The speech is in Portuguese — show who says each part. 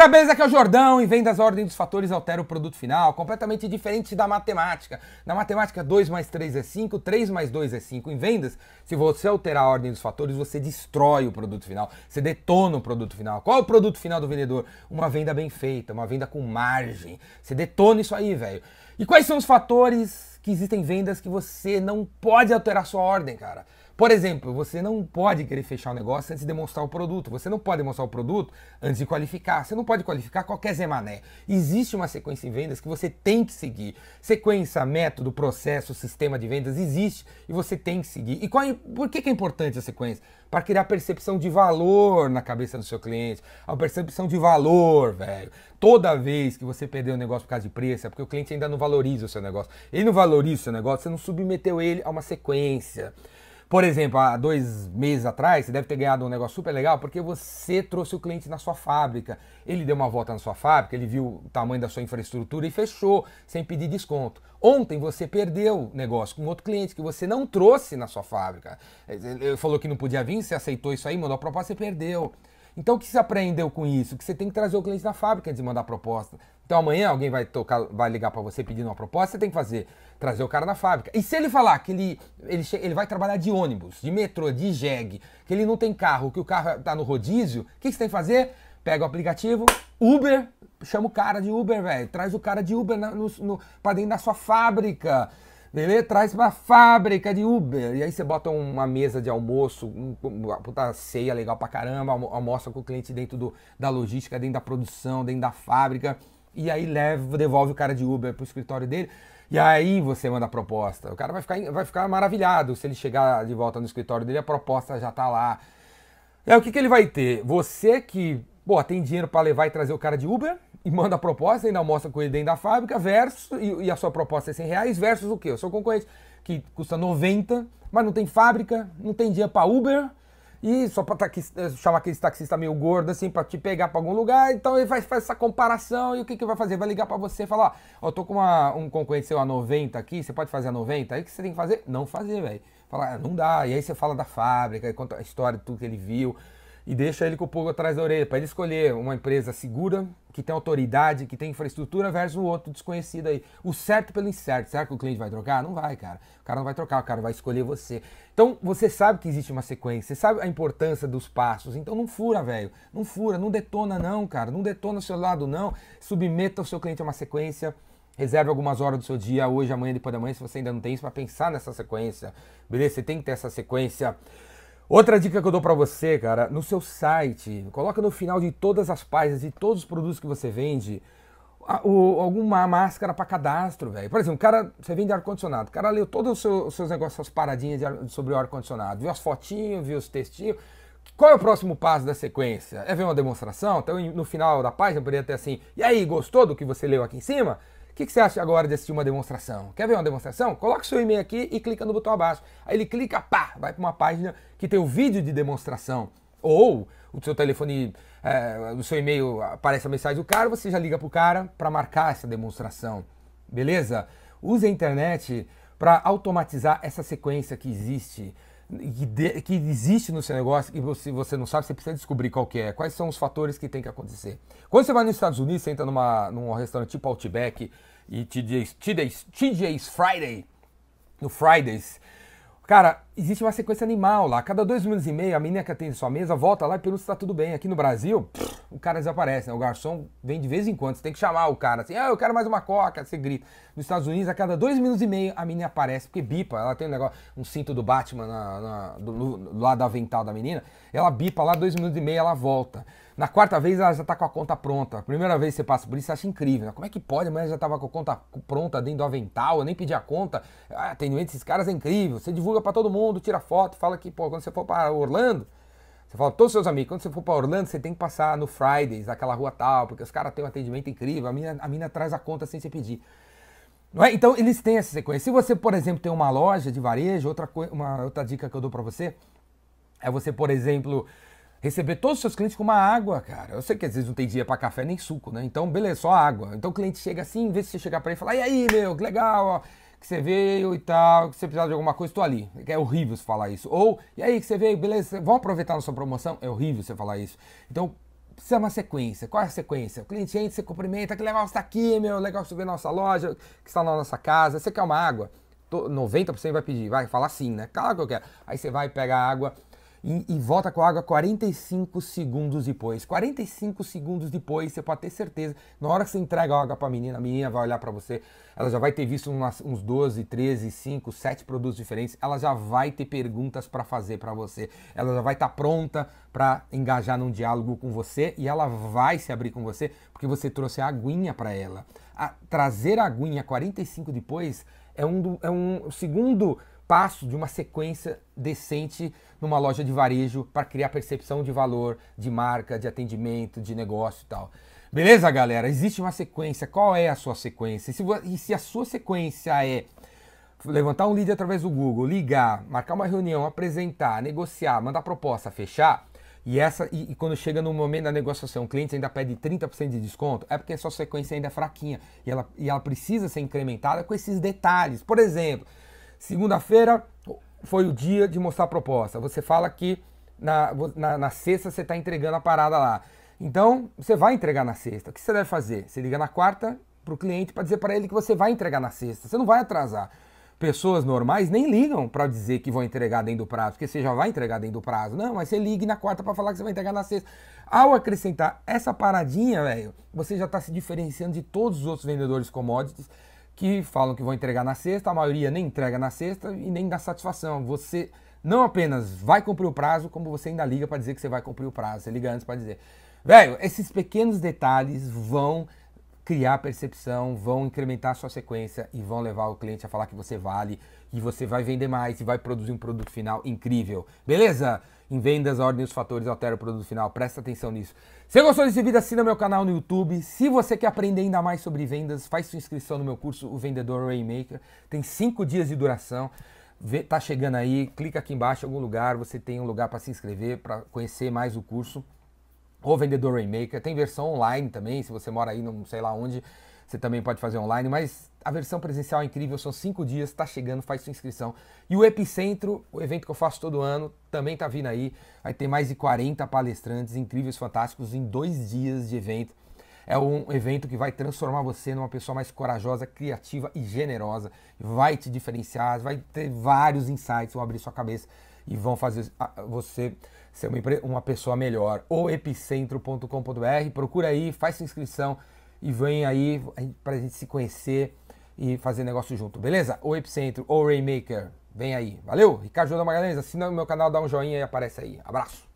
Speaker 1: Galera, beleza? Aqui é o Jordão. Em vendas, a ordem dos fatores altera o produto final, completamente diferente da matemática. Na matemática, 2 mais 3 é 5, 3 mais 2 é 5. Em vendas, se você alterar a ordem dos fatores, você destrói o produto final, você detona o produto final. Qual é o produto final do vendedor? Uma venda bem feita, uma venda com margem. Você detona isso aí, velho. E quais são os fatores que existem em vendas que você não pode alterar sua ordem, cara? Por exemplo, você não pode querer fechar o negócio antes de demonstrar o produto. Você não pode demonstrar o produto antes de qualificar. Você não pode qualificar qualquer Zé Mané. Existe uma sequência em vendas que você tem que seguir. Sequência, método, processo, sistema de vendas existe e você tem que seguir. E por que é importante a sequência? Para criar percepção de valor na cabeça do seu cliente. A percepção de valor, velho. Toda vez que você perder o negócio por causa de preço, é porque o cliente ainda não valoriza o seu negócio. Ele não valoriza o seu negócio, você não submeteu ele a uma sequência. Por exemplo, há 2 meses atrás, você deve ter ganhado um negócio super legal porque você trouxe o cliente na sua fábrica. Ele deu uma volta na sua fábrica, ele viu o tamanho da sua infraestrutura e fechou, sem pedir desconto. Ontem você perdeu o negócio com outro cliente que você não trouxe na sua fábrica. Ele falou que não podia vir, você aceitou isso aí, mandou a proposta e perdeu. Então o que você aprendeu com isso? Que você tem que trazer o cliente na fábrica antes de mandar a proposta. Então amanhã alguém vai ligar para você pedindo uma proposta, você tem que trazer o cara na fábrica. E se ele falar que ele vai trabalhar de ônibus, de metrô, de jegue, que ele não tem carro, que o carro está no rodízio, o que você tem que fazer? Pega o aplicativo, Uber, chama o cara de Uber, velho. Traz o cara de Uber para dentro da sua fábrica. Beleza? Traz uma fábrica de Uber. E aí você bota uma mesa de almoço, uma puta ceia legal pra caramba, almoça com o cliente dentro da logística, dentro da produção, dentro da fábrica. E aí devolve o cara de Uber pro escritório dele. E aí você manda a proposta. O cara vai ficar maravilhado. Se ele chegar de volta no escritório dele, a proposta já tá lá. E aí o que ele vai ter? Você que, tem dinheiro para levar e trazer o cara de Uber e manda a proposta, ainda mostra com ele dentro da fábrica, e a sua proposta é R$100, versus o quê? O seu concorrente que custa 90, mas não tem fábrica, não tem dinheiro para Uber, e só para chamar aquele taxista meio gordo assim para te pegar para algum lugar, então ele faz essa comparação, e o que vai fazer? Vai ligar para você e falar, ó, eu tô com um concorrente seu a 90 aqui, você pode fazer a 90? Aí o que você tem que fazer? Não fazer, velho. Falar, não dá, e aí você fala da fábrica, e conta a história de tudo que ele viu, e deixa ele com o pulgo atrás da orelha, para ele escolher uma empresa segura, que tem autoridade, que tem infraestrutura, versus o outro desconhecido aí. O certo pelo incerto. Será que o cliente vai trocar? Não vai, cara. O cara não vai trocar, o cara vai escolher você. Então, você sabe que existe uma sequência, você sabe a importância dos passos. Então, não fura, velho. Não fura, não detona não, cara. Não detona o seu lado, não. Submeta o seu cliente a uma sequência. Reserve algumas horas do seu dia, hoje, amanhã, depois da manhã, se você ainda não tem isso, para pensar nessa sequência. Beleza? Você tem que ter essa sequência. Outra dica que eu dou pra você, cara, no seu site, coloca no final de todas as páginas, de todos os produtos que você vende, alguma máscara para cadastro, velho. Por exemplo, você vende ar-condicionado, o cara leu todos os seus negócios, suas paradinhas sobre o ar-condicionado, viu as fotinhos, viu os textinhos. Qual é o próximo passo da sequência? É ver uma demonstração? Então, no final da página, poderia ter assim, e aí, gostou do que você leu aqui em cima? O que você acha agora de assistir uma demonstração? Quer ver uma demonstração? Coloca seu e-mail aqui e clica no botão abaixo. Aí ele clica, pá, vai para uma página que tem o vídeo de demonstração. Ou o seu telefone, no seu e-mail aparece a mensagem do cara, você já liga pro cara para marcar essa demonstração. Beleza? Use a internet para automatizar essa sequência que existe. Que existe no seu negócio e se você não sabe, você precisa descobrir qual que é. Quais são os fatores que tem que acontecer. Quando você vai nos Estados Unidos, você entra num restaurante tipo Outback e TJ's Friday, no Fridays, cara, existe uma sequência animal lá. Cada 2 minutos e meio, a menina que atende sua mesa volta lá e pergunta se tá tudo bem. Aqui no Brasil, o cara desaparece, né? O garçom vem de vez em quando, você tem que chamar o cara assim, eu quero mais uma coca, você grita. Nos Estados Unidos, a cada 2 minutos e meio, a menina aparece, porque bipa, ela tem um cinto do Batman do lado do avental da menina, ela bipa lá, 2 minutos e meio, ela volta. Na 4ª vez, ela já tá com a conta pronta. A primeira vez que você passa por isso, você acha incrível, né? Como é que pode? A mulher já tava com a conta pronta dentro do avental, eu nem pedi a conta. Atendimento desses caras é incrível. Você divulga pra todo mundo, tira foto, fala que, quando você for para Orlando, você fala, todos os seus amigos, quando você for para Orlando, você tem que passar no Fridays, naquela rua tal, porque os caras têm um atendimento incrível, a mina traz a conta sem você pedir. Não é? Então, eles têm essa sequência. Se você, por exemplo, tem uma loja de varejo, uma outra dica que eu dou pra você, é você, por exemplo, receber todos os seus clientes com uma água, cara. Eu sei que às vezes não tem dia pra café nem suco, né? Então, beleza, só água. Então o cliente chega assim, em vez de você chegar pra ele e falar, e aí, meu, que legal, ó, que você veio e tal, que você precisava de alguma coisa, tô ali. É horrível você falar isso. Ou, e aí, que você veio, beleza, vamos aproveitar a nossa promoção? É horrível você falar isso. Então, precisa uma sequência. Qual é a sequência? O cliente entra, você cumprimenta, que legal você está aqui, meu, legal você ver na nossa loja, que está na nossa casa. Você quer uma água? 90% vai pedir, vai falar sim, né? Claro que eu quero. Aí você vai pegar a água e volta com a água 45 segundos depois. 45 segundos depois, você pode ter certeza, na hora que você entrega a água para a menina vai olhar para você, ela já vai ter visto uns 12, 13, 5, 7 produtos diferentes, ela já vai ter perguntas para fazer para você, ela já vai estar pronta para engajar num diálogo com você e ela vai se abrir com você porque você trouxe a aguinha para ela. Trazer a aguinha 45 depois é um segundo passo de uma sequência decente numa loja de varejo para criar percepção de valor, de marca, de atendimento, de negócio e tal. Beleza, galera? Existe uma sequência. Qual é a sua sequência? E se a sua sequência é levantar um lead através do Google, ligar, marcar uma reunião, apresentar, negociar, mandar proposta, fechar, e quando chega no momento da negociação, o cliente ainda pede 30% de desconto, é porque a sua sequência ainda é fraquinha e ela precisa ser incrementada com esses detalhes. Por exemplo, segunda-feira foi o dia de mostrar a proposta. Você fala que na sexta você está entregando a parada lá. Então, você vai entregar na sexta. O que você deve fazer? Você liga na quarta para o cliente para dizer para ele que você vai entregar na sexta. Você não vai atrasar. Pessoas normais nem ligam para dizer que vão entregar dentro do prazo, porque você já vai entregar dentro do prazo. Não, mas você ligue na quarta para falar que você vai entregar na sexta. Ao acrescentar essa paradinha, velho, você já está se diferenciando de todos os outros vendedores commodities que falam que vão entregar na sexta, a maioria nem entrega na sexta e nem dá satisfação. Você não apenas vai cumprir o prazo, como você ainda liga para dizer que você vai cumprir o prazo. Você liga antes para dizer. Velho, esses pequenos detalhes vão criar percepção, vão incrementar a sua sequência e vão levar o cliente a falar que você vale e você vai vender mais e vai produzir um produto final incrível. Beleza? Em vendas, a ordem dos fatores altera o produto final. Presta atenção nisso. Se você gostou desse vídeo, assina meu canal no YouTube. Se você quer aprender ainda mais sobre vendas, faz sua inscrição no meu curso, O Vendedor Rainmaker. Tem 5 dias de duração. Tá chegando aí, clica aqui embaixo em algum lugar, você tem um lugar para se inscrever, para conhecer mais o curso. O Vendedor Rainmaker, tem versão online também, se você mora aí não sei lá onde, você também pode fazer online, mas a versão presencial é incrível, são 5 dias, tá chegando, faz sua inscrição. E o Epicentro, o evento que eu faço todo ano, também tá vindo aí, vai ter mais de 40 palestrantes incríveis, fantásticos, em 2 dias de evento. É um evento que vai transformar você numa pessoa mais corajosa, criativa e generosa, vai te diferenciar, vai ter vários insights, vão abrir sua cabeça e vão fazer você ser uma pessoa melhor. O epicentro.com.br, procura aí, faz sua inscrição e vem aí pra gente se conhecer e fazer negócio junto, beleza? O Epicentro, o Rainmaker, vem aí. Valeu? Ricardo Jordão Magalhães, assina o meu canal, dá um joinha e aparece aí. Abraço!